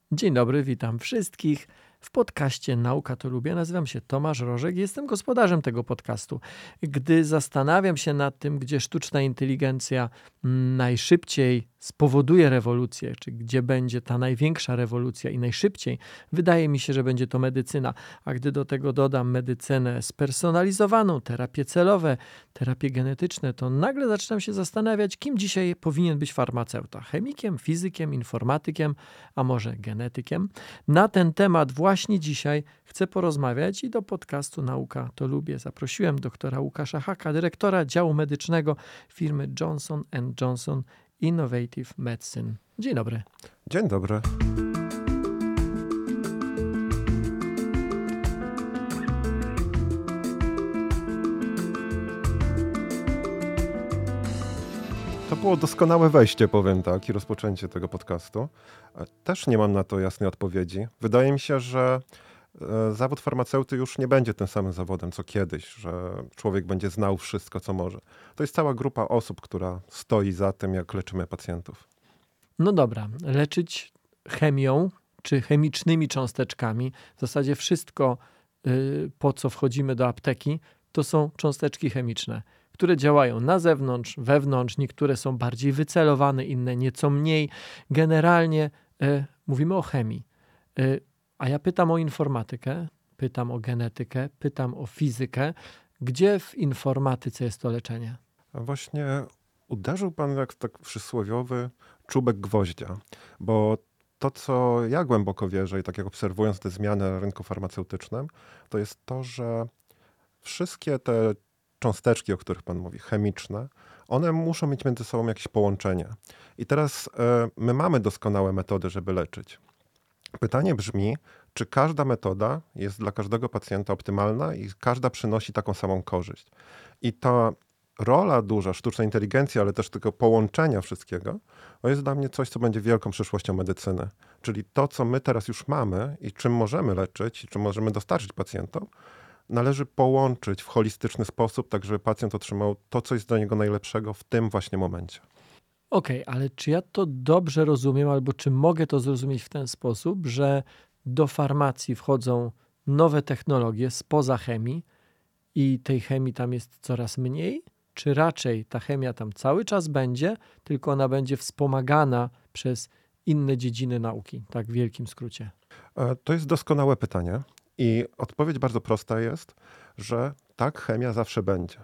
Dzień dobry, witam wszystkich w podcaście Nauka to lubię. Nazywam się Tomasz Rożek i jestem gospodarzem tego podcastu. Gdy zastanawiam się nad tym, gdzie sztuczna inteligencja najszybciej spowoduje rewolucję, czy gdzie będzie ta największa rewolucja i najszybciej, wydaje mi się, że będzie to medycyna. A gdy do tego dodam medycynę spersonalizowaną, terapie celowe, terapie genetyczne, to nagle zaczynam się zastanawiać, kim dzisiaj powinien być farmaceuta. Chemikiem, fizykiem, informatykiem, a może genetykiem. Na ten temat właśnie dzisiaj chcę porozmawiać i do podcastu Nauka to lubię zaprosiłem doktora Łukasza Haka, dyrektora działu medycznego firmy Johnson & Johnson Innovative Medicine. Dzień dobry. Dzień dobry. To było doskonałe wejście, powiem tak, i rozpoczęcie tego podcastu. Też nie mam na to jasnej odpowiedzi. Wydaje mi się, że zawód farmaceuty już nie będzie tym samym zawodem, co kiedyś, że człowiek będzie znał wszystko, co może. To jest cała grupa osób, która stoi za tym, jak leczymy pacjentów. No dobra, leczyć chemią czy chemicznymi cząsteczkami, w zasadzie wszystko, po co wchodzimy do apteki, to są cząsteczki chemiczne, które działają na zewnątrz, wewnątrz, niektóre są bardziej wycelowane, inne nieco mniej. Generalnie mówimy o chemii. A ja pytam o informatykę, pytam o genetykę, pytam o fizykę. Gdzie w informatyce jest to leczenie? A właśnie uderzył pan jak tak przysłowiowy czubek gwoździa, bo to, co ja głęboko wierzę i tak jak obserwując te zmiany na rynku farmaceutycznym, to jest to, że wszystkie te cząsteczki, o których pan mówi, chemiczne, one muszą mieć między sobą jakieś połączenie. I teraz my mamy doskonałe metody, żeby leczyć. Pytanie brzmi, czy każda metoda jest dla każdego pacjenta optymalna i każda przynosi taką samą korzyść. I ta rola duża sztucznej inteligencji, ale też tego połączenia wszystkiego, to jest dla mnie coś, co będzie wielką przyszłością medycyny. Czyli to, co my teraz już mamy i czym możemy leczyć, i czym możemy dostarczyć pacjentom, należy połączyć w holistyczny sposób, tak żeby pacjent otrzymał to, co jest dla niego najlepszego w tym właśnie momencie. Okej, ale czy ja to dobrze rozumiem, albo czy mogę to zrozumieć w ten sposób, że do farmacji wchodzą nowe technologie spoza chemii i tej chemii tam jest coraz mniej? Czy raczej ta chemia tam cały czas będzie, tylko ona będzie wspomagana przez inne dziedziny nauki, tak w wielkim skrócie? To jest doskonałe pytanie i odpowiedź bardzo prosta jest, że tak, chemia zawsze będzie.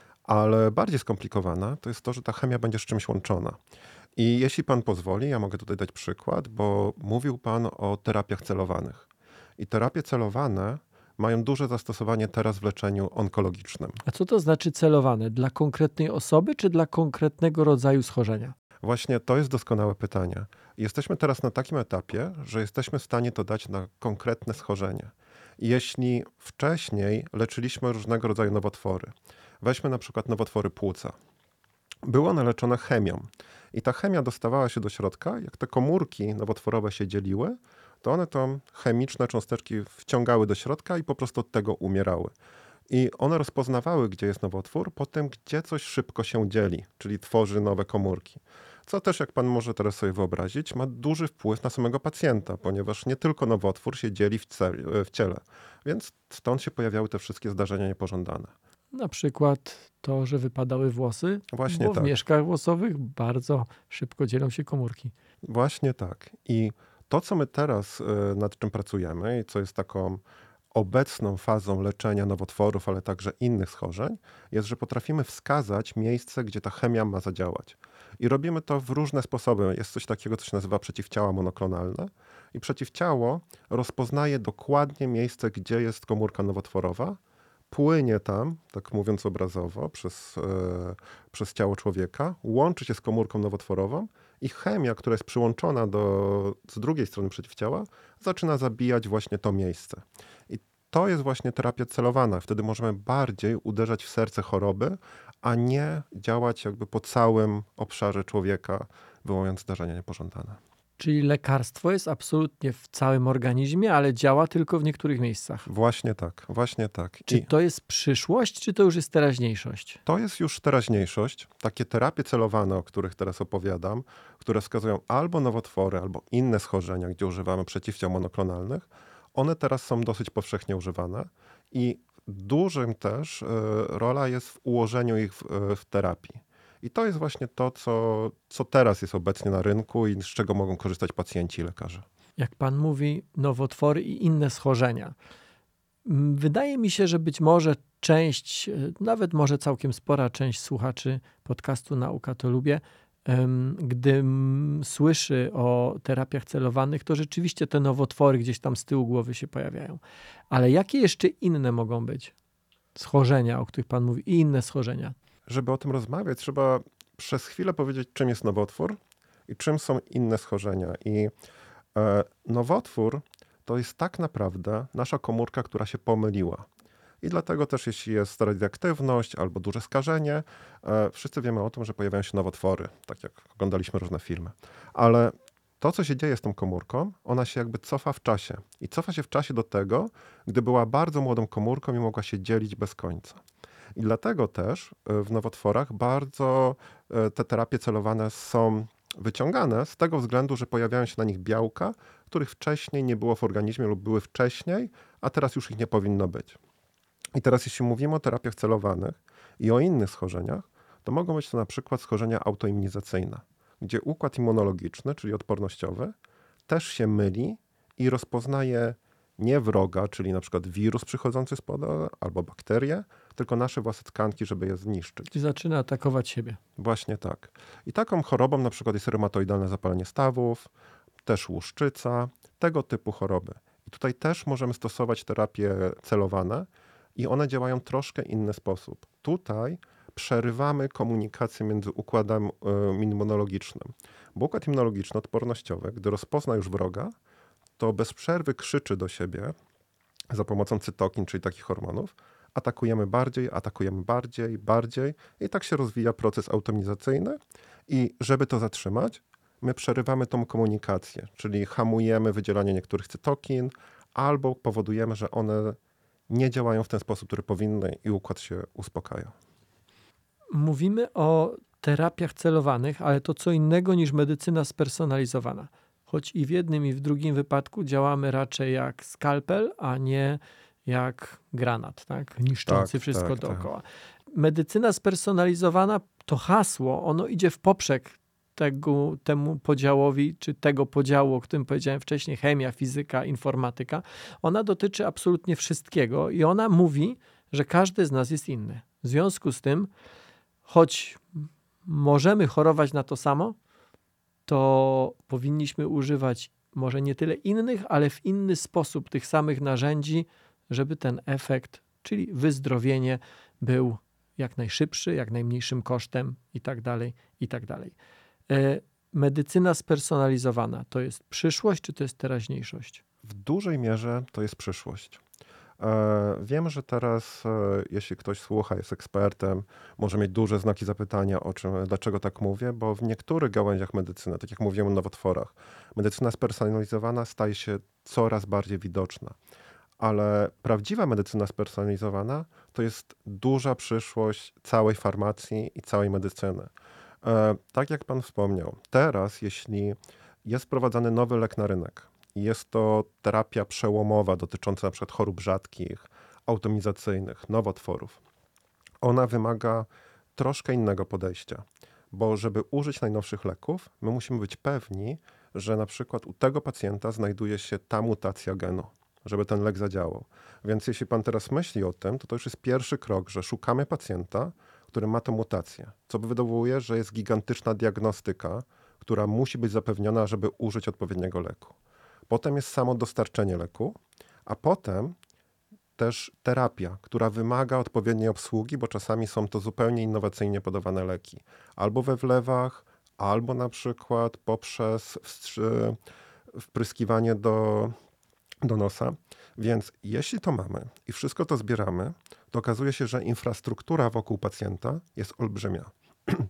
Ale bardziej skomplikowana to jest to, że ta chemia będzie z czymś łączona. I jeśli pan pozwoli, ja mogę tutaj dać przykład, bo mówił pan o terapiach celowanych. I terapie celowane mają duże zastosowanie teraz w leczeniu onkologicznym. A co to znaczy celowane? Dla konkretnej osoby, czy dla konkretnego rodzaju schorzenia? Właśnie to jest doskonałe pytanie. Jesteśmy teraz na takim etapie, że jesteśmy w stanie to dać na konkretne schorzenie. I jeśli wcześniej leczyliśmy różnego rodzaju nowotwory, weźmy na przykład nowotwory płuca. Były one leczone chemią i ta chemia dostawała się do środka, jak te komórki nowotworowe się dzieliły, to one tam chemiczne cząsteczki wciągały do środka i po prostu od tego umierały. I one rozpoznawały, gdzie jest nowotwór, po tym, gdzie coś szybko się dzieli, czyli tworzy nowe komórki. Co też, jak pan może teraz sobie wyobrazić, ma duży wpływ na samego pacjenta, ponieważ nie tylko nowotwór się dzieli w ciele, więc stąd się pojawiały te wszystkie zdarzenia niepożądane. Na przykład to, że wypadały włosy, Właśnie bo w tak. mieszkach włosowych bardzo szybko dzielą się komórki. Właśnie tak. I to, co my teraz nad czym pracujemy i co jest taką obecną fazą leczenia nowotworów, ale także innych schorzeń, jest, że potrafimy wskazać miejsce, gdzie ta chemia ma zadziałać. I robimy to w różne sposoby. Jest coś takiego, co się nazywa przeciwciała monoklonalne. I przeciwciało rozpoznaje dokładnie miejsce, gdzie jest komórka nowotworowa, płynie tam, tak mówiąc obrazowo, przez ciało człowieka, łączy się z komórką nowotworową i chemia, która jest przyłączona z drugiej strony przeciwciała, zaczyna zabijać właśnie to miejsce. I to jest właśnie terapia celowana. Wtedy możemy bardziej uderzać w serce choroby, a nie działać jakby po całym obszarze człowieka, wywołując zdarzenia niepożądane. Czyli lekarstwo jest absolutnie w całym organizmie, ale działa tylko w niektórych miejscach. Właśnie tak, właśnie tak. Czy to jest przyszłość, czy to już jest teraźniejszość? To jest już teraźniejszość. Takie terapie celowane, o których teraz opowiadam, które wskazują albo nowotwory, albo inne schorzenia, gdzie używamy przeciwciał monoklonalnych, one teraz są dosyć powszechnie używane i dużym też rola jest w ułożeniu ich w terapii. I to jest właśnie to, co teraz jest obecnie na rynku i z czego mogą korzystać pacjenci i lekarze. Jak pan mówi, nowotwory i inne schorzenia. Wydaje mi się, że być może część, nawet może całkiem spora część słuchaczy podcastu Nauka to Lubię, gdy słyszy o terapiach celowanych, to rzeczywiście te nowotwory gdzieś tam z tyłu głowy się pojawiają. Ale jakie jeszcze inne mogą być schorzenia, o których pan mówi, i inne schorzenia? Żeby o tym rozmawiać, trzeba przez chwilę powiedzieć, czym jest nowotwór i czym są inne schorzenia. I nowotwór to jest tak naprawdę nasza komórka, która się pomyliła. I dlatego też jeśli jest radioaktywność albo duże skażenie, wszyscy wiemy o tym, że pojawiają się nowotwory, tak jak oglądaliśmy różne filmy. Ale to, co się dzieje z tą komórką, ona się jakby cofa w czasie. I cofa się w czasie do tego, gdy była bardzo młodą komórką i mogła się dzielić bez końca. I dlatego też w nowotworach bardzo te terapie celowane są wyciągane z tego względu, że pojawiają się na nich białka, których wcześniej nie było w organizmie lub były wcześniej, a teraz już ich nie powinno być. I teraz jeśli mówimy o terapiach celowanych i o innych schorzeniach, to mogą być to na przykład schorzenia autoimmunizacyjne, gdzie układ immunologiczny, czyli odpornościowy, też się myli i rozpoznaje nie wroga, czyli na przykład wirus przychodzący spoda albo bakterie, tylko nasze własne tkanki, żeby je zniszczyć. I zaczyna atakować siebie. Właśnie tak. I taką chorobą na przykład jest reumatoidalne zapalenie stawów, też łuszczyca, tego typu choroby. I tutaj też możemy stosować terapie celowane i one działają troszkę inny sposób. Tutaj przerywamy komunikację między układem immunologicznym. Bo układ immunologiczny, odpornościowy, gdy rozpozna już wroga, to bez przerwy krzyczy do siebie za pomocą cytokin, czyli takich hormonów, atakujemy bardziej i tak się rozwija proces autoimizacyjny i żeby to zatrzymać, my przerywamy tą komunikację, czyli hamujemy wydzielanie niektórych cytokin albo powodujemy, że one nie działają w ten sposób, który powinny i układ się uspokaja. Mówimy o terapiach celowanych, ale to co innego niż medycyna spersonalizowana. Choć i w jednym i w drugim wypadku działamy raczej jak skalpel, a nie jak granat, tak? Niszczący wszystko dookoła. Medycyna spersonalizowana to hasło, ono idzie w poprzek temu podziałowi, czy tego podziału, o którym powiedziałem wcześniej, chemia, fizyka, informatyka. Ona dotyczy absolutnie wszystkiego i ona mówi, że każdy z nas jest inny. W związku z tym, choć możemy chorować na to samo, to powinniśmy używać może nie tyle innych, ale w inny sposób tych samych narzędzi, żeby ten efekt, czyli wyzdrowienie, był jak najszybszy, jak najmniejszym kosztem i tak dalej, i tak dalej. Medycyna spersonalizowana to jest przyszłość, czy to jest teraźniejszość? W dużej mierze to jest przyszłość. Wiem, że teraz, jeśli ktoś słucha, jest ekspertem, może mieć duże znaki zapytania o czym, dlaczego tak mówię, bo w niektórych gałęziach medycyny, tak jak mówiłem o nowotworach, medycyna spersonalizowana staje się coraz bardziej widoczna. Ale prawdziwa medycyna spersonalizowana to jest duża przyszłość całej farmacji i całej medycyny. Tak jak pan wspomniał, teraz jeśli jest wprowadzany nowy lek na rynek, jest to terapia przełomowa dotycząca na przykład chorób rzadkich, autoimizacyjnych, nowotworów. Ona wymaga troszkę innego podejścia, bo żeby użyć najnowszych leków, my musimy być pewni, że na przykład u tego pacjenta znajduje się ta mutacja genu, żeby ten lek zadziałał. Więc jeśli pan teraz myśli o tym, to już jest pierwszy krok, że szukamy pacjenta, który ma tę mutację, co wywołuje, że jest gigantyczna diagnostyka, która musi być zapewniona, żeby użyć odpowiedniego leku. Potem jest samo dostarczenie leku, a potem też terapia, która wymaga odpowiedniej obsługi, bo czasami są to zupełnie innowacyjnie podawane leki. Albo we wlewach, albo na przykład poprzez wpryskiwanie do nosa. Więc jeśli to mamy i wszystko to zbieramy, to okazuje się, że infrastruktura wokół pacjenta jest olbrzymia.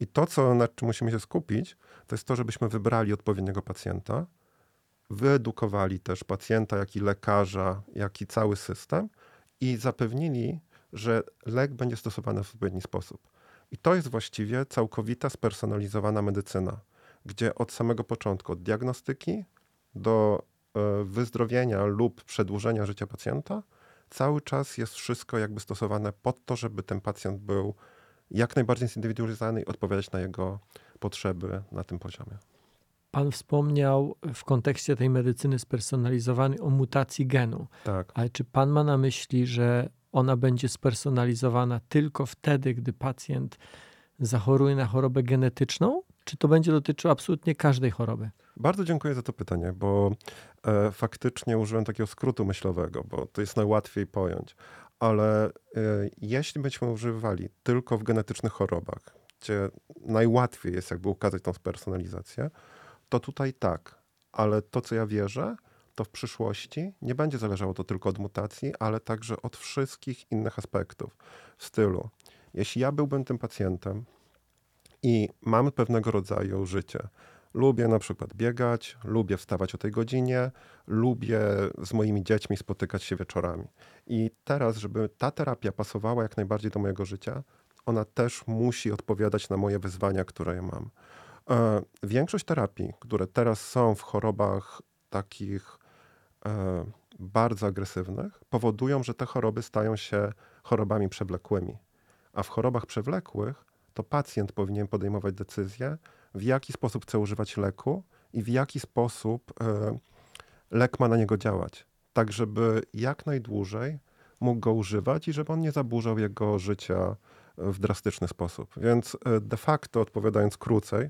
I to, nad czym musimy się skupić, to jest to, żebyśmy wybrali odpowiedniego pacjenta, wyedukowali też pacjenta, jak i lekarza, jak i cały system i zapewnili, że lek będzie stosowany w odpowiedni sposób. I to jest właściwie całkowita spersonalizowana medycyna, gdzie od samego początku, od diagnostyki do wyzdrowienia lub przedłużenia życia pacjenta, cały czas jest wszystko jakby stosowane pod to, żeby ten pacjent był jak najbardziej zindywidualizowany i odpowiadać na jego potrzeby na tym poziomie. Pan wspomniał w kontekście tej medycyny spersonalizowanej o mutacji genu. Tak. Ale czy pan ma na myśli, że ona będzie spersonalizowana tylko wtedy, gdy pacjent zachoruje na chorobę genetyczną? Czy to będzie dotyczyło absolutnie każdej choroby? Bardzo dziękuję za to pytanie, bo faktycznie użyłem takiego skrótu myślowego, bo to jest najłatwiej pojąć. Ale jeśli będziemy używali tylko w genetycznych chorobach, gdzie najłatwiej jest jakby ukazać tą spersonalizację, to tutaj tak. Ale to, co ja wierzę, to w przyszłości nie będzie zależało to tylko od mutacji, ale także od wszystkich innych aspektów. W stylu, jeśli ja byłbym tym pacjentem i mamy pewnego rodzaju życie, lubię na przykład biegać, lubię wstawać o tej godzinie, lubię z moimi dziećmi spotykać się wieczorami. I teraz, żeby ta terapia pasowała jak najbardziej do mojego życia, ona też musi odpowiadać na moje wyzwania, które ja mam. Większość terapii, które teraz są w chorobach takich bardzo agresywnych, powodują, że te choroby stają się chorobami przewlekłymi. A w chorobach przewlekłych to pacjent powinien podejmować decyzję, w jaki sposób chce używać leku i w jaki sposób lek ma na niego działać. Tak, żeby jak najdłużej mógł go używać i żeby on nie zaburzał jego życia w drastyczny sposób. Więc de facto, odpowiadając krócej,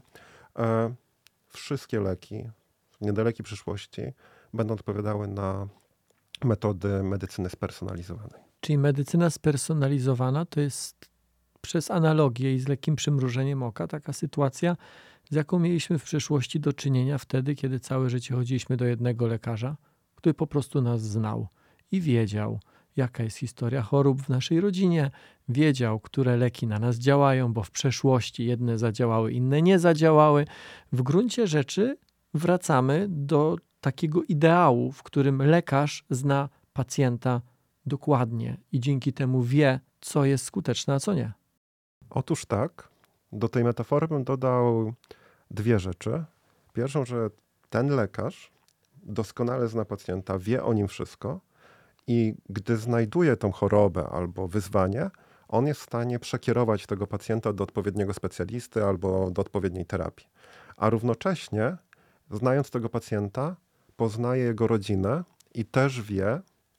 wszystkie leki w niedalekiej przyszłości będą odpowiadały na metody medycyny spersonalizowanej. Czyli medycyna spersonalizowana to jest przez analogię i z lekkim przymrużeniem oka taka sytuacja, z jaką mieliśmy w przeszłości do czynienia wtedy, kiedy całe życie chodziliśmy do jednego lekarza, który po prostu nas znał i wiedział, jaka jest historia chorób w naszej rodzinie, wiedział, które leki na nas działają, bo w przeszłości jedne zadziałały, inne nie zadziałały. W gruncie rzeczy wracamy do takiego ideału, w którym lekarz zna pacjenta dokładnie i dzięki temu wie, co jest skuteczne, a co nie. Otóż tak, do tej metafory bym dodał dwie rzeczy. Pierwszą, że ten lekarz doskonale zna pacjenta, wie o nim wszystko i gdy znajduje tą chorobę albo wyzwanie, on jest w stanie przekierować tego pacjenta do odpowiedniego specjalisty albo do odpowiedniej terapii. A równocześnie, znając tego pacjenta, poznaje jego rodzinę i też wie,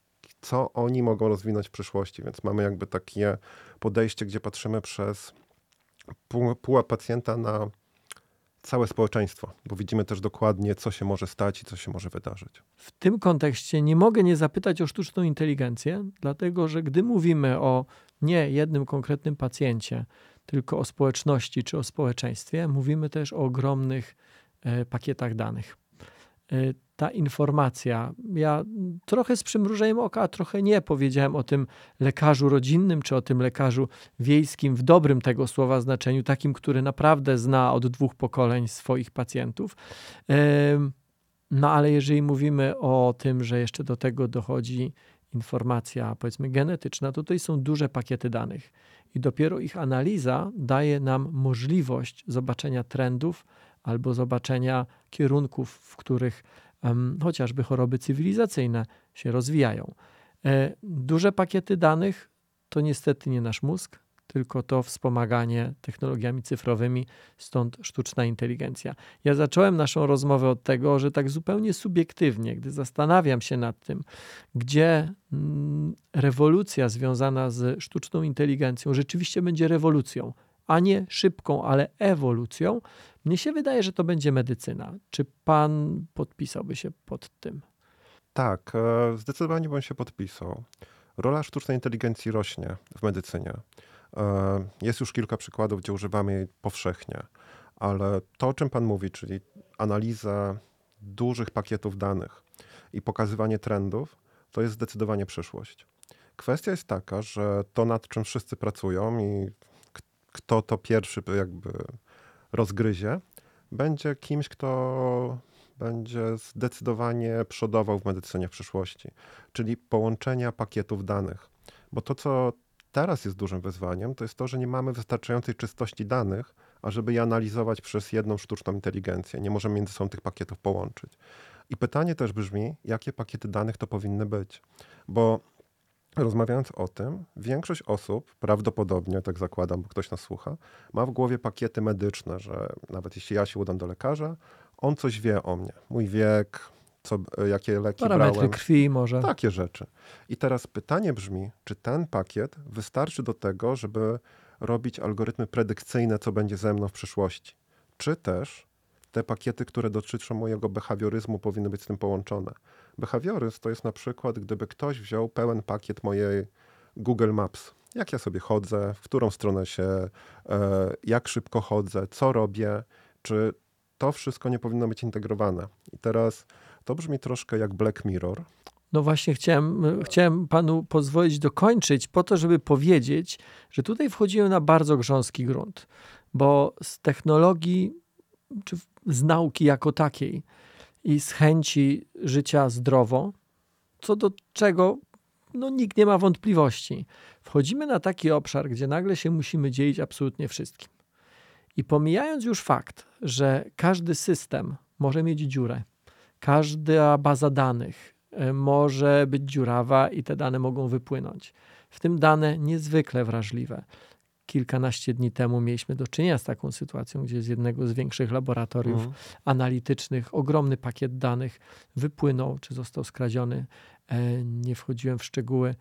co oni mogą rozwinąć w przyszłości. Więc mamy jakby takie podejście, gdzie patrzymy przez pułap pacjenta na całe społeczeństwo, bo widzimy też dokładnie, co się może stać i co się może wydarzyć. W tym kontekście nie mogę nie zapytać o sztuczną inteligencję, dlatego że gdy mówimy o nie jednym konkretnym pacjencie, tylko o społeczności czy o społeczeństwie, mówimy też o ogromnych pakietach danych. Ta informacja, ja trochę z przymrużeniem oka, a trochę nie, powiedziałem o tym lekarzu rodzinnym, czy o tym lekarzu wiejskim w dobrym tego słowa znaczeniu, takim, który naprawdę zna od 2 pokoleń swoich pacjentów. No ale jeżeli mówimy o tym, że jeszcze do tego dochodzi informacja, powiedzmy, genetyczna, to tutaj są duże pakiety danych i dopiero ich analiza daje nam możliwość zobaczenia trendów albo zobaczenia kierunków, w których chociażby choroby cywilizacyjne się rozwijają. Duże pakiety danych to niestety nie nasz mózg, tylko to wspomaganie technologiami cyfrowymi, stąd sztuczna inteligencja. Ja zacząłem naszą rozmowę od tego, że tak zupełnie subiektywnie, gdy zastanawiam się nad tym, gdzie rewolucja związana z sztuczną inteligencją rzeczywiście będzie rewolucją, a nie szybką, ale ewolucją, mnie się wydaje, że to będzie medycyna. Czy pan podpisałby się pod tym? Tak, zdecydowanie bym się podpisał. Rola sztucznej inteligencji rośnie w medycynie. Jest już kilka przykładów, gdzie używamy jej powszechnie, ale to, o czym pan mówi, czyli analiza dużych pakietów danych i pokazywanie trendów, to jest zdecydowanie przyszłość. Kwestia jest taka, że to, nad czym wszyscy pracują i kto to pierwszy jakby rozgryzie, będzie kimś, kto będzie zdecydowanie przodował w medycynie w przyszłości, czyli połączenia pakietów danych. Bo to, co teraz jest dużym wyzwaniem, to jest to, że nie mamy wystarczającej czystości danych, ażeby je analizować przez jedną sztuczną inteligencję. Nie możemy między sobą tych pakietów połączyć. I pytanie też brzmi, jakie pakiety danych to powinny być? Bo rozmawiając o tym, większość osób, prawdopodobnie, tak zakładam, bo ktoś nas słucha, ma w głowie pakiety medyczne, że nawet jeśli ja się udam do lekarza, on coś wie o mnie. Mój wiek, jakie leki Parametry brałem. krwi może. Takie rzeczy. I teraz pytanie brzmi, czy ten pakiet wystarczy do tego, żeby robić algorytmy predykcyjne, co będzie ze mną w przyszłości? Czy też te pakiety, które dotyczą mojego behawioryzmu, powinny być z tym połączone? Behawioryzm to jest na przykład, gdyby ktoś wziął pełen pakiet mojej Google Maps. Jak ja sobie chodzę, w którą stronę jak szybko chodzę, co robię, czy to wszystko nie powinno być integrowane. I teraz to brzmi troszkę jak Black Mirror. No właśnie chciałem panu pozwolić dokończyć po to, żeby powiedzieć, że tutaj wchodzimy na bardzo grząski grunt, bo z technologii, czy z nauki jako takiej i z chęci życia zdrowo, co do czego nikt nie ma wątpliwości, wchodzimy na taki obszar, gdzie nagle się musimy dzielić absolutnie wszystkim. I pomijając już fakt, że każdy system może mieć dziurę, każda baza danych może być dziurawa i te dane mogą wypłynąć. W tym dane niezwykle wrażliwe. Kilkanaście dni temu mieliśmy do czynienia z taką sytuacją, gdzie z jednego z większych laboratoriów analitycznych ogromny pakiet danych wypłynął, czy został skradziony. Nie wchodziłem w szczegóły,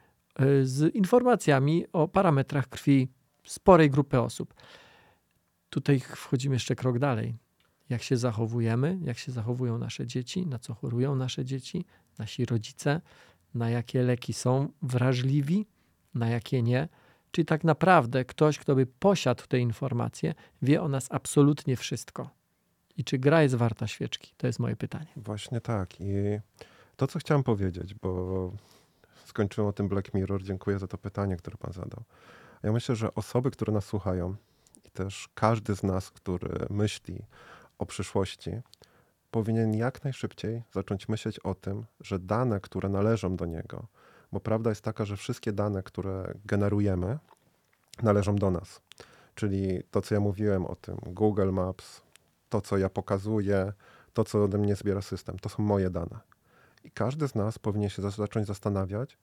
z informacjami o parametrach krwi sporej grupy osób. Tutaj wchodzimy jeszcze krok dalej. Jak się zachowujemy, jak się zachowują nasze dzieci, na co chorują nasze dzieci, nasi rodzice, na jakie leki są wrażliwi, na jakie nie. Czyli tak naprawdę ktoś, kto by posiadł te informacje, wie o nas absolutnie wszystko. I czy gra jest warta świeczki? To jest moje pytanie. Właśnie tak. I to, co chciałem powiedzieć, bo skończyłem o tym Black Mirror, dziękuję za to pytanie, które pan zadał. Ja myślę, że osoby, które nas słuchają i też każdy z nas, który myśli o przyszłości, powinien jak najszybciej zacząć myśleć o tym, że dane, które należą do niego, bo prawda jest taka, że wszystkie dane, które generujemy, należą do nas. Czyli to, co ja mówiłem o tym, Google Maps, to, co ja pokazuję, to, co ode mnie zbiera system, to są moje dane. I każdy z nas powinien się zacząć zastanawiać,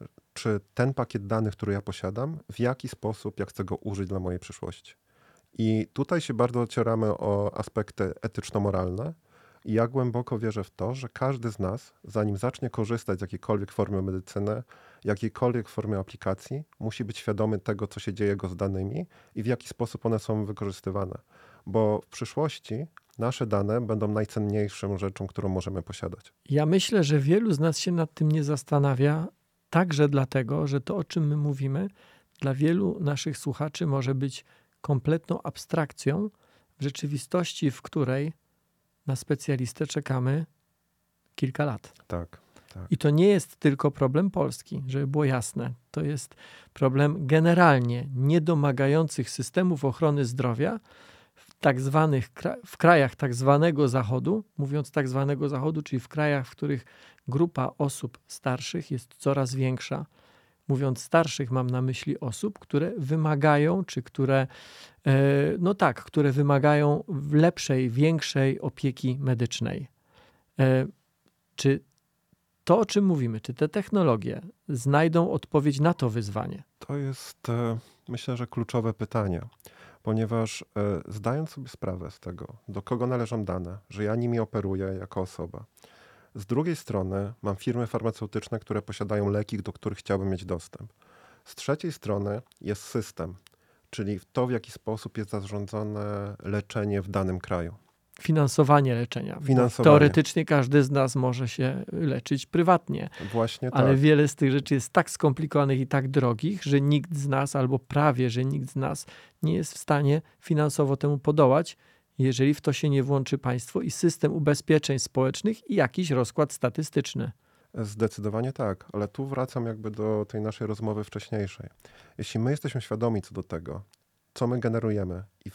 czy ten pakiet danych, który ja posiadam, w jaki sposób ja chcę go użyć dla mojej przyszłości. I tutaj się bardzo ocieramy o aspekty etyczno-moralne. I ja głęboko wierzę w to, że każdy z nas, zanim zacznie korzystać z jakiejkolwiek formy medycyny, jakiejkolwiek formy aplikacji, musi być świadomy tego, co się dzieje z danymi i w jaki sposób one są wykorzystywane. Bo w przyszłości nasze dane będą najcenniejszą rzeczą, którą możemy posiadać. Ja myślę, że wielu z nas się nad tym nie zastanawia, także dlatego, że to, o czym my mówimy, dla wielu naszych słuchaczy może być kompletną abstrakcją w rzeczywistości, w której na specjalistę czekamy kilka lat. Tak. I to nie jest tylko problem Polski, żeby było jasne. To jest problem generalnie niedomagających systemów ochrony zdrowia w krajach tak zwanego Zachodu, mówiąc tak zwanego Zachodu, czyli w krajach, w których grupa osób starszych jest coraz większa. Mówiąc starszych, mam na myśli osób, które wymagają, czy które wymagają lepszej, większej opieki medycznej. Czy to, o czym mówimy, czy te technologie znajdą odpowiedź na to wyzwanie? To jest, myślę, że kluczowe pytanie, ponieważ zdając sobie sprawę z tego, do kogo należą dane, że ja nimi operuję jako osoba, z drugiej strony mam firmy farmaceutyczne, które posiadają leki, do których chciałbym mieć dostęp. Z trzeciej strony jest system, czyli to, w jaki sposób jest zarządzane leczenie w danym kraju. Finansowanie leczenia. Teoretycznie każdy z nas może się leczyć prywatnie. Właśnie ale tak. Wiele z tych rzeczy jest tak skomplikowanych i tak drogich, że nikt z nas, albo prawie, że nikt z nas nie jest w stanie finansowo temu podołać, jeżeli w to się nie włączy państwo i system ubezpieczeń społecznych i jakiś rozkład statystyczny. Zdecydowanie tak, ale tu wracam jakby do tej naszej rozmowy wcześniejszej. Jeśli my jesteśmy świadomi co do tego, co my generujemy i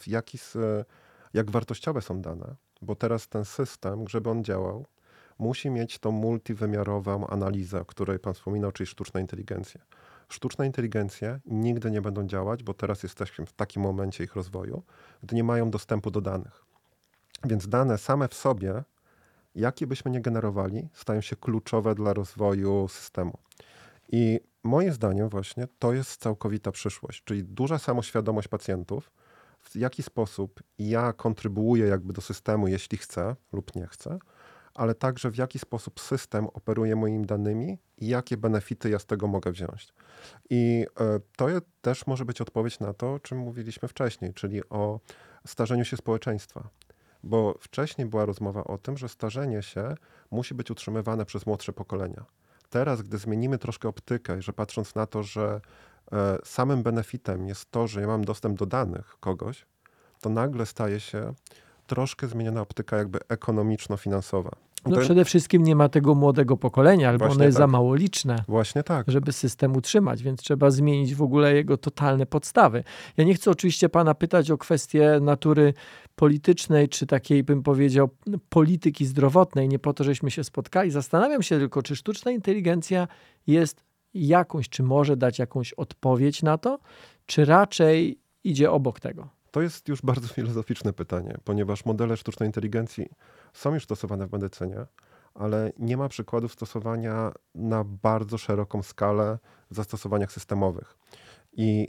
jak wartościowe są dane, bo teraz ten system, żeby on działał, musi mieć tą multiwymiarową analizę, o której pan wspominał, czyli sztuczna inteligencja. Sztuczne inteligencje nigdy nie będą działać, bo teraz jesteśmy w takim momencie ich rozwoju, gdy nie mają dostępu do danych. Więc dane same w sobie, jakie byśmy nie generowali, stają się kluczowe dla rozwoju systemu. I moim zdaniem właśnie to jest całkowita przyszłość, czyli duża samoświadomość pacjentów, w jaki sposób ja kontrybuuję jakby do systemu, jeśli chcę lub nie chcę, ale także w jaki sposób system operuje moimi danymi i jakie benefity ja z tego mogę wziąć. I też może być odpowiedź na to, o czym mówiliśmy wcześniej, czyli o starzeniu się społeczeństwa. Bo wcześniej była rozmowa o tym, że starzenie się musi być utrzymywane przez młodsze pokolenia. Teraz, gdy zmienimy troszkę optykę, że patrząc na to, że samym benefitem jest to, że ja mam dostęp do danych kogoś, to nagle staje się troszkę zmieniona optyka jakby ekonomiczno-finansowa. No przede wszystkim nie ma tego młodego pokolenia, albo ono jest za mało liczne, właśnie tak, żeby system utrzymać, więc trzeba zmienić w ogóle jego totalne podstawy. Ja nie chcę oczywiście pana pytać o kwestie natury politycznej, czy takiej, bym powiedział, polityki zdrowotnej, nie po to, żeśmy się spotkali. Zastanawiam się tylko, czy sztuczna inteligencja jest jakąś, czy może dać jakąś odpowiedź na to, czy raczej idzie obok tego? To jest już bardzo filozoficzne pytanie, ponieważ modele sztucznej inteligencji są już stosowane w medycynie, ale nie ma przykładów stosowania na bardzo szeroką skalę w zastosowaniach systemowych. I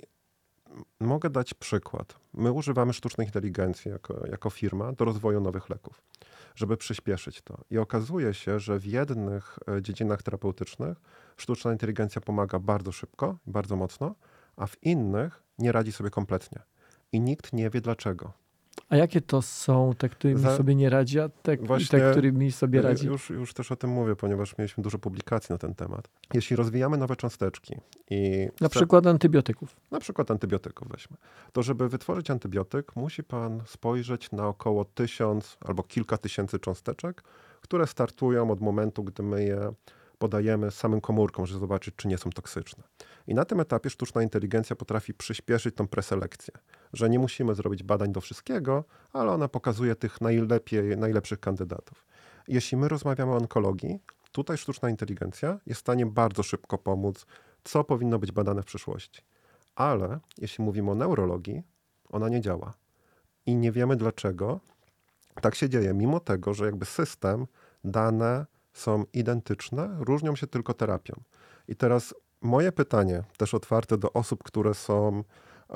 mogę dać przykład. My używamy sztucznej inteligencji jako firma do rozwoju nowych leków, żeby przyspieszyć to. I okazuje się, że w jednych dziedzinach terapeutycznych sztuczna inteligencja pomaga bardzo szybko, bardzo mocno, a w innych nie radzi sobie kompletnie. I nikt nie wie dlaczego. A jakie to są te, którymi sobie nie radzi, a te, którymi sobie radzi? Już też o tym mówię, ponieważ mieliśmy dużo publikacji na ten temat. Jeśli rozwijamy nowe cząsteczki i... Na przykład antybiotyków. Na przykład antybiotyków weźmy. To żeby wytworzyć antybiotyk, musi pan spojrzeć na około 1000 albo kilka tysięcy cząsteczek, które startują od momentu, gdy my je podajemy samym komórkom, żeby zobaczyć, czy nie są toksyczne. I na tym etapie sztuczna inteligencja potrafi przyspieszyć tą preselekcję, że nie musimy zrobić badań do wszystkiego, ale ona pokazuje tych najlepszych kandydatów. Jeśli my rozmawiamy o onkologii, tutaj sztuczna inteligencja jest w stanie bardzo szybko pomóc, co powinno być badane w przyszłości. Ale jeśli mówimy o neurologii, ona nie działa. I nie wiemy dlaczego tak się dzieje, mimo tego, że jakby system, dane są identyczne, różnią się tylko terapią. I teraz moje pytanie, też otwarte do osób, które są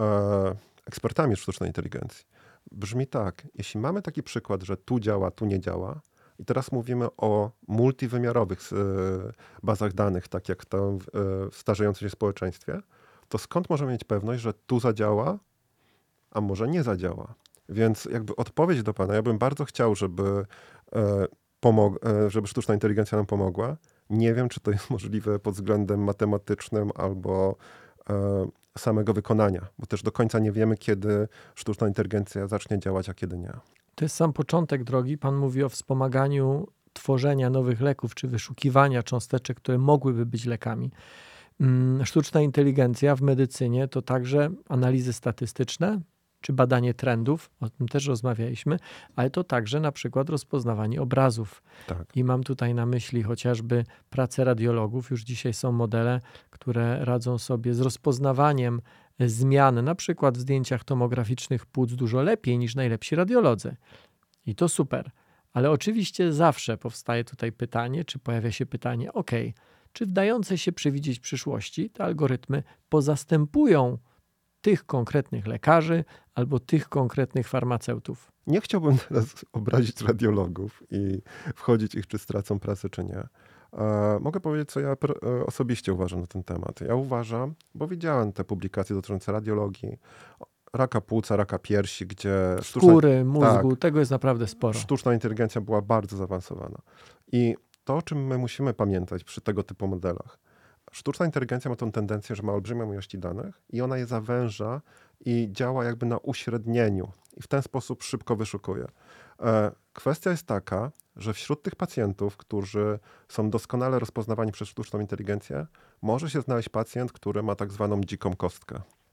ekspertami sztucznej inteligencji, brzmi tak: jeśli mamy taki przykład, że tu działa, tu nie działa, i teraz mówimy o multiwymiarowych bazach danych, tak jak to w starzejącym się społeczeństwie, to skąd możemy mieć pewność, że tu zadziała, a może nie zadziała? Więc jakby odpowiedź do pana, ja bym bardzo chciał, żeby sztuczna inteligencja nam pomogła. Nie wiem, czy to jest możliwe pod względem matematycznym albo samego wykonania, bo też do końca nie wiemy, kiedy sztuczna inteligencja zacznie działać, a kiedy nie. To jest sam początek drogi. Pan mówi o wspomaganiu tworzenia nowych leków, czy wyszukiwania cząsteczek, które mogłyby być lekami. Sztuczna inteligencja w medycynie to także analizy statystyczne, czy badanie trendów, o tym też rozmawialiśmy, ale to także na przykład rozpoznawanie obrazów. Tak. I mam tutaj na myśli chociażby pracę radiologów. Już dzisiaj są modele, które radzą sobie z rozpoznawaniem zmian, na przykład w zdjęciach tomograficznych płuc dużo lepiej niż najlepsi radiolodzy. I to super. Ale oczywiście zawsze powstaje tutaj pytanie, czy pojawia się pytanie, czy w dającej się przewidzieć przyszłości te algorytmy pozastępują tych konkretnych lekarzy albo tych konkretnych farmaceutów? Nie chciałbym teraz obrazić radiologów i wchodzić ich, czy stracą pracę, czy nie. Mogę powiedzieć, co ja osobiście uważam na ten temat. Ja uważam, bo widziałem te publikacje dotyczące radiologii, raka płuca, raka piersi, gdzie... Skóry, mózgu, tego jest naprawdę sporo. Sztuczna inteligencja była bardzo zaawansowana. I to, o czym my musimy pamiętać przy tego typu modelach, sztuczna inteligencja ma tą tendencję, że ma olbrzymią ilości danych i ona je zawęża i działa jakby na uśrednieniu i w ten sposób szybko wyszukuje. Kwestia jest taka, że wśród tych pacjentów, którzy są doskonale rozpoznawani przez sztuczną inteligencję, może się znaleźć pacjent, który ma tak zwaną dziką kostkę.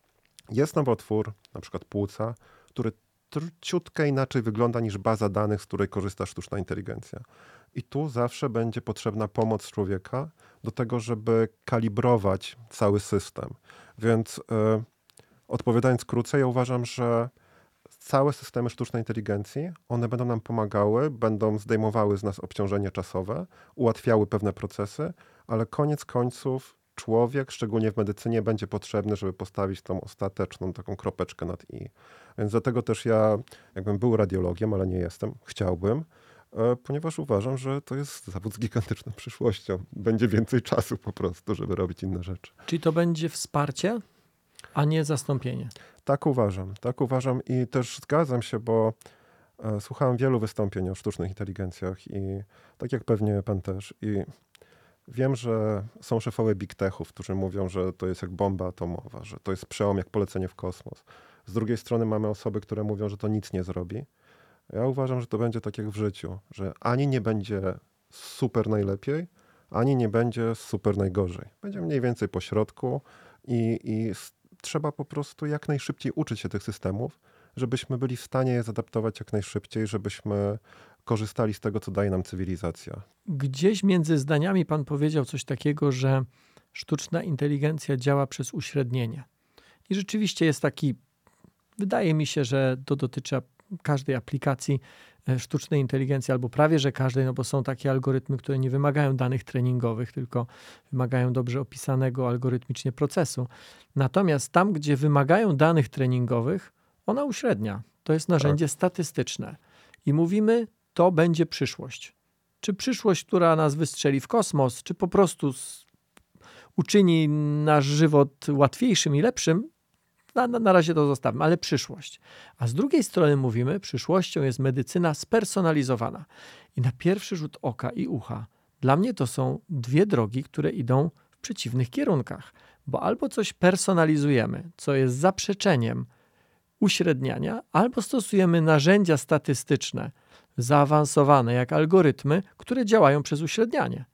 Jest nowotwór, na przykład płuca, który ciutkę inaczej wygląda niż baza danych, z której korzysta sztuczna inteligencja. I tu zawsze będzie potrzebna pomoc człowieka do tego, żeby kalibrować cały system. Więc odpowiadając krócej, ja uważam, że całe systemy sztucznej inteligencji, one będą nam pomagały, będą zdejmowały z nas obciążenie czasowe, ułatwiały pewne procesy, ale koniec końców człowiek, szczególnie w medycynie, będzie potrzebny, żeby postawić tą ostateczną taką kropeczkę nad i. Więc dlatego też ja, jakbym był radiologiem, ale nie jestem, chciałbym, ponieważ uważam, że to jest zawód z gigantyczną przyszłością. Będzie więcej czasu po prostu, żeby robić inne rzeczy. Czyli to będzie wsparcie, a nie zastąpienie. Tak uważam i też zgadzam się, bo słuchałem wielu wystąpień o sztucznych inteligencjach i tak jak pewnie pan też. I wiem, że są szefowie big techów, którzy mówią, że to jest jak bomba atomowa, że to jest przełom jak polecenie w kosmos. Z drugiej strony mamy osoby, które mówią, że to nic nie zrobi. Ja uważam, że to będzie tak jak w życiu, że ani nie będzie super najlepiej, ani nie będzie super najgorzej. Będzie mniej więcej po środku i trzeba po prostu jak najszybciej uczyć się tych systemów, żebyśmy byli w stanie je zadaptować jak najszybciej, żebyśmy korzystali z tego, co daje nam cywilizacja. Gdzieś między zdaniami pan powiedział coś takiego, że sztuczna inteligencja działa przez uśrednienie. I rzeczywiście jest taki, wydaje mi się, że to dotyczy każdej aplikacji sztucznej inteligencji, albo prawie że każdej, no bo są takie algorytmy, które nie wymagają danych treningowych, tylko wymagają dobrze opisanego algorytmicznie procesu. Natomiast tam, gdzie wymagają danych treningowych, ona uśrednia. To jest narzędzie statystyczne. I mówimy, to będzie przyszłość. Czy przyszłość, która nas wystrzeli w kosmos, czy po prostu uczyni nasz żywot łatwiejszym i lepszym, na razie to zostawmy, ale przyszłość. A z drugiej strony mówimy, przyszłością jest medycyna spersonalizowana. I na pierwszy rzut oka i ucha, dla mnie to są dwie drogi, które idą w przeciwnych kierunkach. Bo albo coś personalizujemy, co jest zaprzeczeniem uśredniania, albo stosujemy narzędzia statystyczne, zaawansowane jak algorytmy, które działają przez uśrednianie.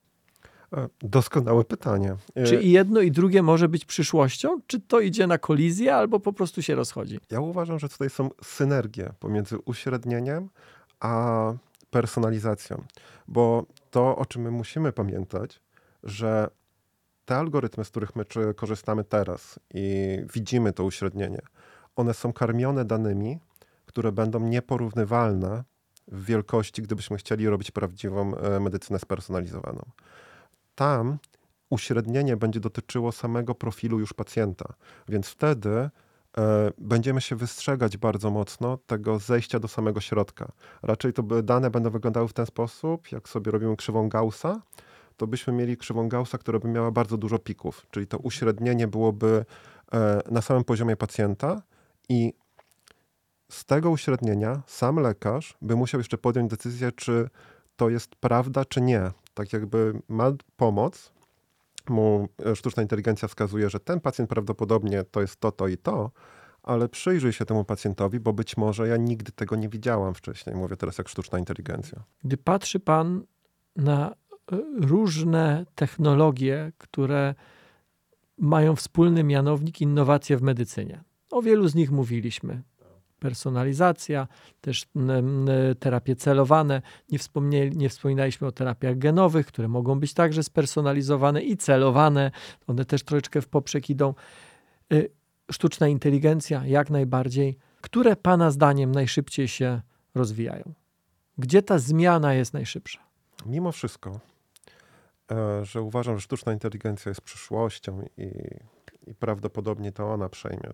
Doskonałe pytanie. Czy i jedno i drugie może być przyszłością? Czy to idzie na kolizję, albo po prostu się rozchodzi? Ja uważam, że tutaj są synergie pomiędzy uśrednieniem a personalizacją, bo to, o czym my musimy pamiętać, że te algorytmy, z których my korzystamy teraz i widzimy to uśrednienie, one są karmione danymi, które będą nieporównywalne w wielkości, gdybyśmy chcieli robić prawdziwą medycynę spersonalizowaną. Tam uśrednienie będzie dotyczyło samego profilu już pacjenta, więc wtedy będziemy się wystrzegać bardzo mocno tego zejścia do samego środka. Raczej to dane będą wyglądały w ten sposób, jak sobie robimy krzywą Gaussa, to byśmy mieli krzywą Gaussa, która by miała bardzo dużo pików, czyli to uśrednienie byłoby na samym poziomie pacjenta i z tego uśrednienia sam lekarz by musiał jeszcze podjąć decyzję, czy to jest prawda, czy nie. Tak jakby ma pomoc, mu sztuczna inteligencja wskazuje, że ten pacjent prawdopodobnie to jest to i to, ale przyjrzyj się temu pacjentowi, bo być może ja nigdy tego nie widziałam wcześniej. Mówię teraz jak sztuczna inteligencja. Gdy patrzy pan na różne technologie, które mają wspólny mianownik innowacje w medycynie. O wielu z nich mówiliśmy. Personalizacja, też terapie celowane. Nie wspominaliśmy o terapiach genowych, które mogą być także spersonalizowane i celowane. One też troszeczkę w poprzek idą. Sztuczna inteligencja jak najbardziej. Które pana zdaniem najszybciej się rozwijają? Gdzie ta zmiana jest najszybsza? Mimo wszystko, że uważam, że sztuczna inteligencja jest przyszłością i prawdopodobnie to ona przejmie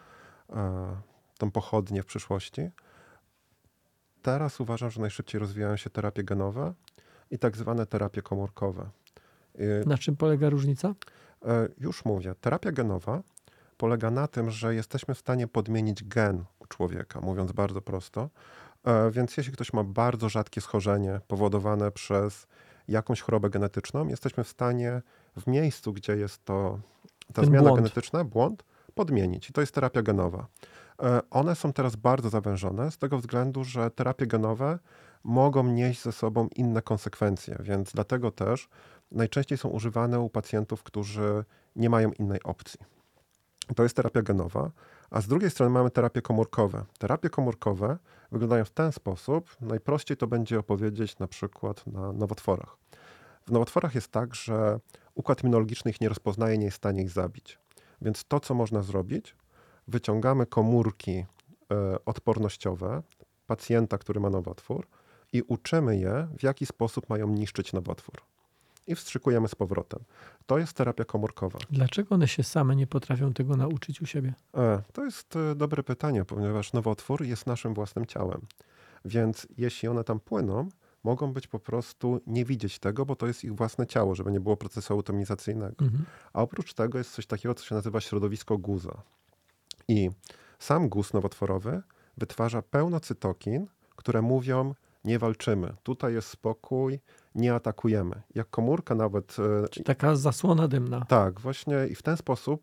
tą pochodnię w przyszłości. Teraz uważam, że najszybciej rozwijają się terapie genowe i tak zwane terapie komórkowe. Na czym polega różnica? Już mówię. Terapia genowa polega na tym, że jesteśmy w stanie podmienić gen u człowieka, mówiąc bardzo prosto. Więc jeśli ktoś ma bardzo rzadkie schorzenie powodowane przez jakąś chorobę genetyczną, jesteśmy w stanie w miejscu, gdzie jest ta zmiana genetyczna, błąd, podmienić. I to jest terapia genowa. One są teraz bardzo zawężone z tego względu, że terapie genowe mogą nieść ze sobą inne konsekwencje, więc dlatego też najczęściej są używane u pacjentów, którzy nie mają innej opcji. To jest terapia genowa, a z drugiej strony mamy terapie komórkowe. Terapie komórkowe wyglądają w ten sposób, najprościej to będzie opowiedzieć na przykład na nowotworach. W nowotworach jest tak, że układ immunologiczny ich nie rozpoznaje, nie jest w stanie ich zabić. Więc to, co można zrobić, wyciągamy komórki odpornościowe pacjenta, który ma nowotwór i uczymy je, w jaki sposób mają niszczyć nowotwór. I wstrzykujemy z powrotem. To jest terapia komórkowa. Dlaczego one się same nie potrafią tego nauczyć u siebie? To jest dobre pytanie, ponieważ nowotwór jest naszym własnym ciałem. Więc jeśli one tam płyną, mogą być po prostu nie widzieć tego, bo to jest ich własne ciało, żeby nie było procesu automizacyjnego. A oprócz tego jest coś takiego, co się nazywa środowisko guza. I sam guz nowotworowy wytwarza pełno cytokin, które mówią, nie walczymy, tutaj jest spokój, nie atakujemy. Jak komórka nawet... Czy taka zasłona dymna. Tak, właśnie i w ten sposób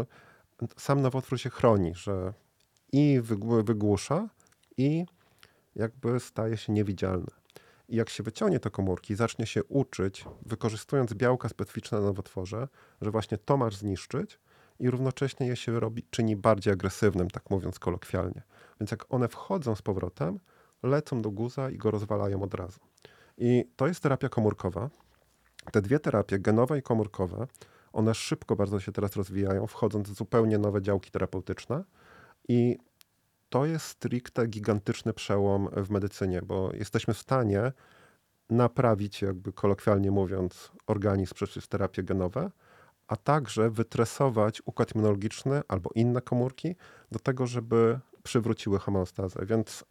sam nowotwór się chroni, że i wygłusza, i jakby staje się niewidzialny. I jak się wyciągnie te komórki, zacznie się uczyć, wykorzystując białka specyficzne na nowotworze, że właśnie to masz zniszczyć i równocześnie je się czyni bardziej agresywnym, tak mówiąc kolokwialnie. Więc jak one wchodzą z powrotem, lecą do guza i go rozwalają od razu. I to jest terapia komórkowa. Te dwie terapie, genowe i komórkowe, one szybko bardzo się teraz rozwijają, wchodząc w zupełnie nowe działki terapeutyczne i to jest stricte gigantyczny przełom w medycynie, bo jesteśmy w stanie naprawić, jakby kolokwialnie mówiąc, organizm przez terapie genowe, a także wytresować układ immunologiczny albo inne komórki do tego, żeby przywróciły homeostazę. Więc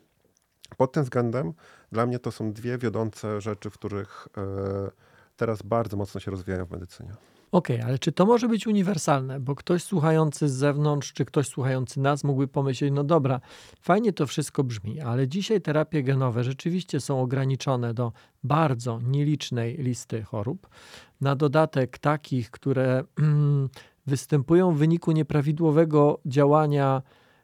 pod tym względem dla mnie to są dwie wiodące rzeczy, w których teraz bardzo mocno się rozwijają w medycynie. Okej, ale czy to może być uniwersalne? Bo ktoś słuchający z zewnątrz, czy ktoś słuchający nas mógłby pomyśleć, no dobra, fajnie to wszystko brzmi, ale dzisiaj terapie genowe rzeczywiście są ograniczone do bardzo nielicznej listy chorób. Na dodatek takich, które występują w wyniku nieprawidłowego działania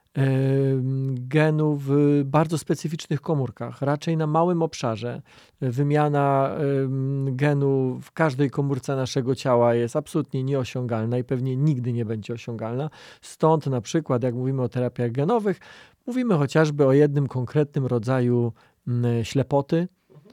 genu w bardzo specyficznych komórkach, raczej na małym obszarze. Wymiana genu w każdej komórce naszego ciała jest absolutnie nieosiągalna i pewnie nigdy nie będzie osiągalna. Stąd na przykład, jak mówimy o terapiach genowych, mówimy chociażby o jednym konkretnym rodzaju ślepoty,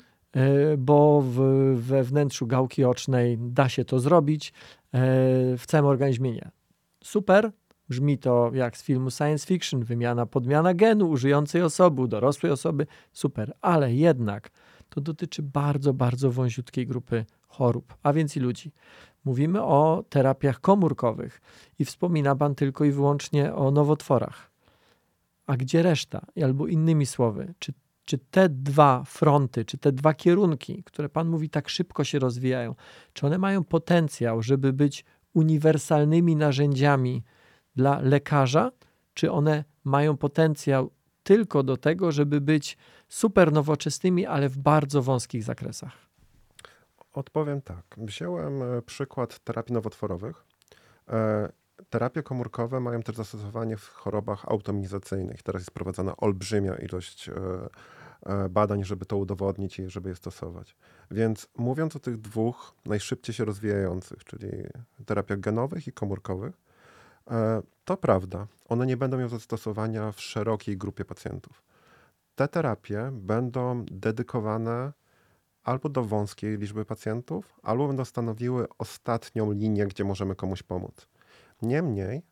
bo we wnętrzu gałki ocznej da się to zrobić, w całym organizmie nie. Super. Brzmi to jak z filmu science fiction, podmiana genu u żyjącej osoby, u dorosłej osoby, super, ale jednak to dotyczy bardzo, bardzo wąziutkiej grupy chorób, a więc i ludzi. Mówimy o terapiach komórkowych i wspomina Pan tylko i wyłącznie o nowotworach. A gdzie reszta? Albo innymi słowy, czy te dwa fronty, czy te dwa kierunki, które Pan mówi tak szybko się rozwijają, czy one mają potencjał, żeby być uniwersalnymi narzędziami dla lekarza, czy one mają potencjał tylko do tego, żeby być super nowoczesnymi, ale w bardzo wąskich zakresach? Odpowiem tak. Wziąłem przykład terapii nowotworowych. Terapie komórkowe mają też zastosowanie w chorobach autoimmunizacyjnych. Teraz jest prowadzona olbrzymia ilość badań, żeby to udowodnić i żeby je stosować. Więc mówiąc o tych dwóch najszybciej się rozwijających, czyli terapiach genowych i komórkowych, to prawda, one nie będą miały zastosowania w szerokiej grupie pacjentów. Te terapie będą dedykowane albo do wąskiej liczby pacjentów, albo będą stanowiły ostatnią linię, gdzie możemy komuś pomóc. Niemniej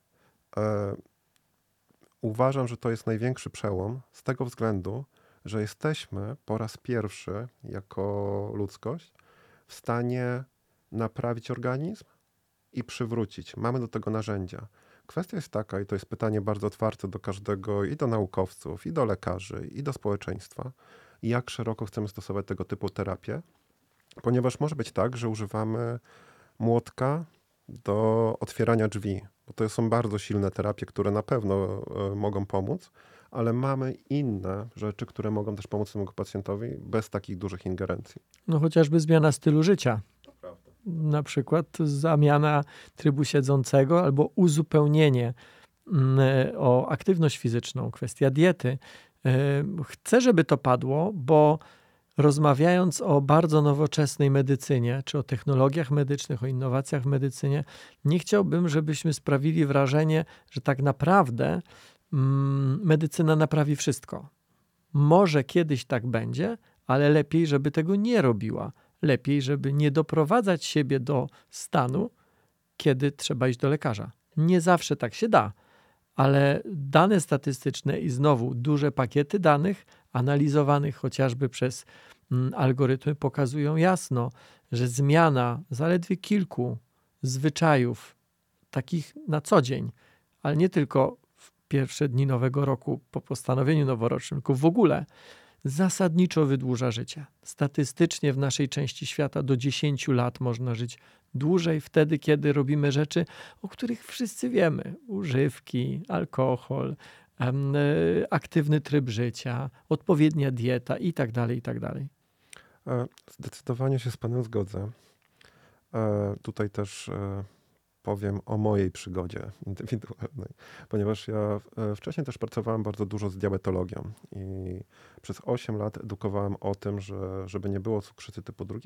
uważam, że to jest największy przełom z tego względu, że jesteśmy po raz pierwszy jako ludzkość w stanie naprawić organizm i przywrócić. Mamy do tego narzędzia. Kwestia jest taka, i to jest pytanie bardzo otwarte do każdego, i do naukowców, i do lekarzy, i do społeczeństwa, jak szeroko chcemy stosować tego typu terapię, ponieważ może być tak, że używamy młotka do otwierania drzwi, bo to są bardzo silne terapie, które na pewno mogą pomóc, ale mamy inne rzeczy, które mogą też pomóc temu pacjentowi bez takich dużych ingerencji. No chociażby zmiana stylu życia. Na przykład zamiana trybu siedzącego albo uzupełnienie o aktywność fizyczną, kwestia diety. Chcę, żeby to padło, bo rozmawiając o bardzo nowoczesnej medycynie, czy o technologiach medycznych, o innowacjach w medycynie, nie chciałbym, żebyśmy sprawili wrażenie, że tak naprawdę medycyna naprawi wszystko. Może kiedyś tak będzie, ale lepiej, żeby tego nie robiła. Lepiej, żeby nie doprowadzać siebie do stanu, kiedy trzeba iść do lekarza. Nie zawsze tak się da, ale dane statystyczne i znowu duże pakiety danych analizowanych chociażby przez algorytmy pokazują jasno, że zmiana zaledwie kilku zwyczajów takich na co dzień, ale nie tylko w pierwsze dni nowego roku po postanowieniu noworocznym, tylko w ogóle zasadniczo wydłuża życie. Statystycznie w naszej części świata do 10 lat można żyć dłużej wtedy, kiedy robimy rzeczy, o których wszyscy wiemy. Używki, alkohol, aktywny tryb życia, odpowiednia dieta itd., itd. Zdecydowanie się z panem zgodzę. Tutaj też powiem o mojej przygodzie indywidualnej, ponieważ ja wcześniej też pracowałem bardzo dużo z diabetologią i przez 8 lat edukowałem o tym, że żeby nie było cukrzycy typu 2,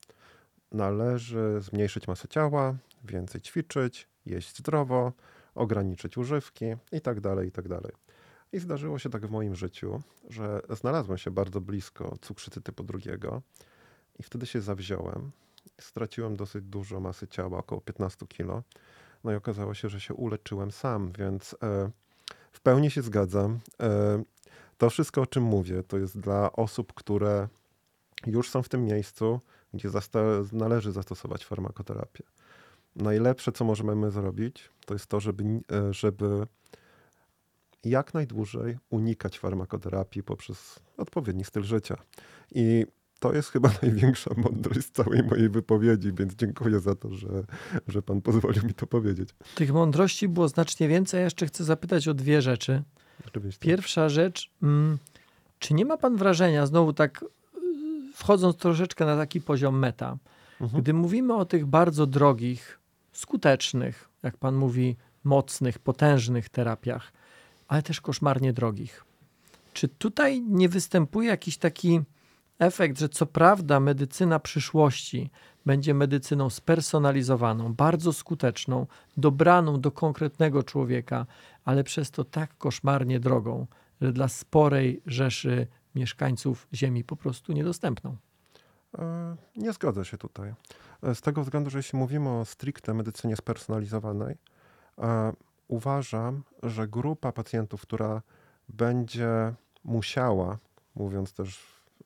należy zmniejszyć masę ciała, więcej ćwiczyć, jeść zdrowo, ograniczyć używki itd., itd. I zdarzyło się tak w moim życiu, że znalazłem się bardzo blisko cukrzycy typu 2 i wtedy się zawziąłem. Straciłem dosyć dużo masy ciała, około 15 kilo. No i okazało się, że się uleczyłem sam, więc w pełni się zgadzam. To wszystko, o czym mówię, to jest dla osób, które już są w tym miejscu, gdzie należy zastosować farmakoterapię. Najlepsze, co możemy zrobić, to jest to, żeby jak najdłużej unikać farmakoterapii poprzez odpowiedni styl życia. I to jest chyba największa mądrość z całej mojej wypowiedzi, więc dziękuję za to, że pan pozwolił mi to powiedzieć. Tych mądrości było znacznie więcej. Ja jeszcze chcę zapytać o 2 rzeczy. Oczywiście. Pierwsza rzecz, czy nie ma pan wrażenia, znowu tak wchodząc troszeczkę na taki poziom meta, gdy mówimy o tych bardzo drogich, skutecznych, jak pan mówi, mocnych, potężnych terapiach, ale też koszmarnie drogich. Czy tutaj nie występuje jakiś taki efekt, że co prawda medycyna przyszłości będzie medycyną spersonalizowaną, bardzo skuteczną, dobraną do konkretnego człowieka, ale przez to tak koszmarnie drogą, że dla sporej rzeszy mieszkańców Ziemi po prostu niedostępną? Nie zgodzę się tutaj. Z tego względu, że jeśli mówimy o stricte medycynie spersonalizowanej, uważam, że grupa pacjentów, która będzie musiała, mówiąc też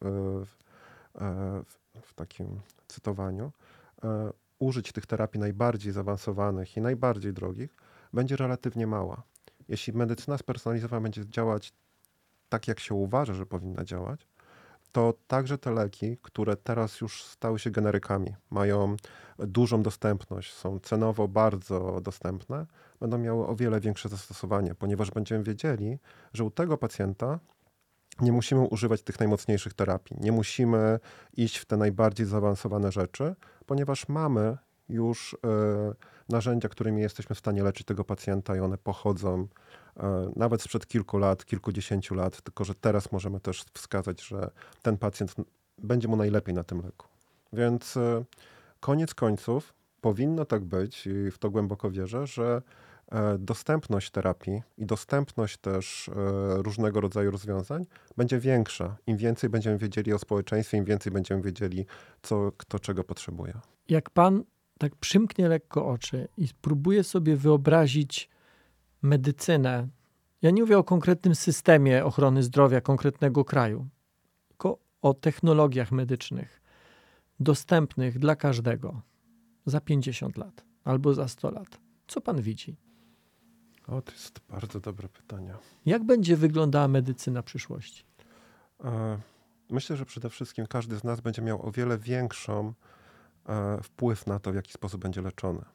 w takim cytowaniu, użyć tych terapii najbardziej zaawansowanych i najbardziej drogich, będzie relatywnie mała. Jeśli medycyna spersonalizowana będzie działać tak, jak się uważa, że powinna działać, to także te leki, które teraz już stały się generykami, mają dużą dostępność, są cenowo bardzo dostępne, będą miały o wiele większe zastosowanie, ponieważ będziemy wiedzieli, że u tego pacjenta nie musimy używać tych najmocniejszych terapii, nie musimy iść w te najbardziej zaawansowane rzeczy, ponieważ mamy już narzędzia, którymi jesteśmy w stanie leczyć tego pacjenta i one pochodzą nawet sprzed kilku lat, kilkudziesięciu lat, tylko że teraz możemy też wskazać, że ten pacjent będzie mu najlepiej na tym leku. Więc koniec końców powinno tak być i w to głęboko wierzę, że dostępność terapii i dostępność też różnego rodzaju rozwiązań będzie większa. Im więcej będziemy wiedzieli o społeczeństwie, im więcej będziemy wiedzieli, co kto czego potrzebuje. Jak pan tak przymknie lekko oczy i spróbuje sobie wyobrazić medycynę, ja nie mówię o konkretnym systemie ochrony zdrowia konkretnego kraju, tylko o technologiach medycznych dostępnych dla każdego za 50 lat albo za 100 lat. Co pan widzi? O, to jest bardzo dobre pytanie. Jak będzie wyglądała medycyna przyszłości? Myślę, że przede wszystkim każdy z nas będzie miał o wiele większą wpływ na to, w jaki sposób będzie leczony.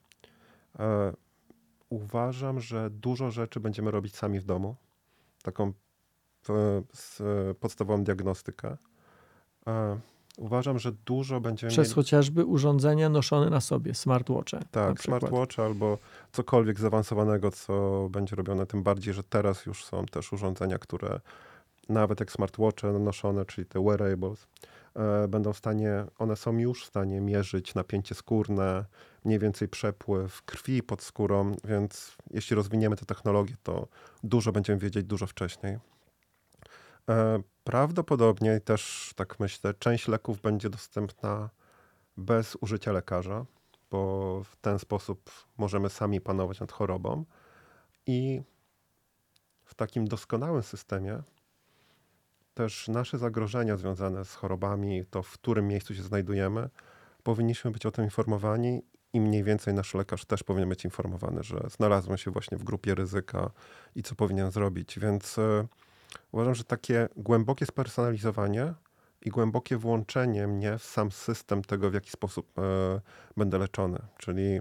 Uważam, że dużo rzeczy będziemy robić sami w domu. Taką podstawową diagnostykę. Uważam, że dużo będziemy Przez chociażby urządzenia noszone na sobie, smartwatche. Tak, smartwatche albo cokolwiek zaawansowanego, co będzie robione. Tym bardziej, że teraz już są też urządzenia, które nawet jak smartwatche noszone, czyli te wearables, one są już w stanie mierzyć napięcie skórne, mniej więcej przepływ krwi pod skórą, więc jeśli rozwiniemy te technologie, to dużo będziemy wiedzieć dużo wcześniej. Prawdopodobnie też, tak myślę, część leków będzie dostępna bez użycia lekarza, bo w ten sposób możemy sami panować nad chorobą i w takim doskonałym systemie też nasze zagrożenia związane z chorobami, to w którym miejscu się znajdujemy, powinniśmy być o tym informowani i mniej więcej nasz lekarz też powinien być informowany, że znalazłem się właśnie w grupie ryzyka i co powinien zrobić. Więc uważam, że takie głębokie spersonalizowanie i głębokie włączenie mnie w sam system tego, w jaki sposób będę leczony. Czyli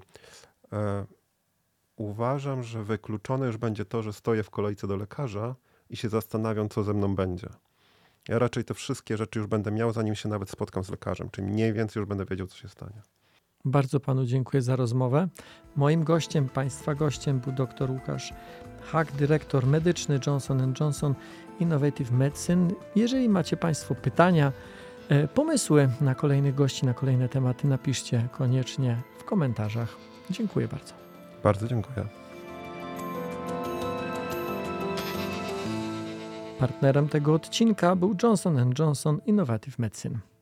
uważam, że wykluczone już będzie to, że stoję w kolejce do lekarza i się zastanawiam, co ze mną będzie. Ja raczej te wszystkie rzeczy już będę miał, zanim się nawet spotkam z lekarzem, czyli mniej więcej już będę wiedział, co się stanie. Bardzo panu dziękuję za rozmowę. Moim gościem, państwa gościem był dr Łukasz Hak, dyrektor medyczny Johnson & Johnson Innovative Medicine. Jeżeli macie państwo pytania, pomysły na kolejnych gości, na kolejne tematy, napiszcie koniecznie w komentarzach. Dziękuję bardzo. Bardzo dziękuję. Partnerem tego odcinka był Johnson & Johnson Innovative Medicine.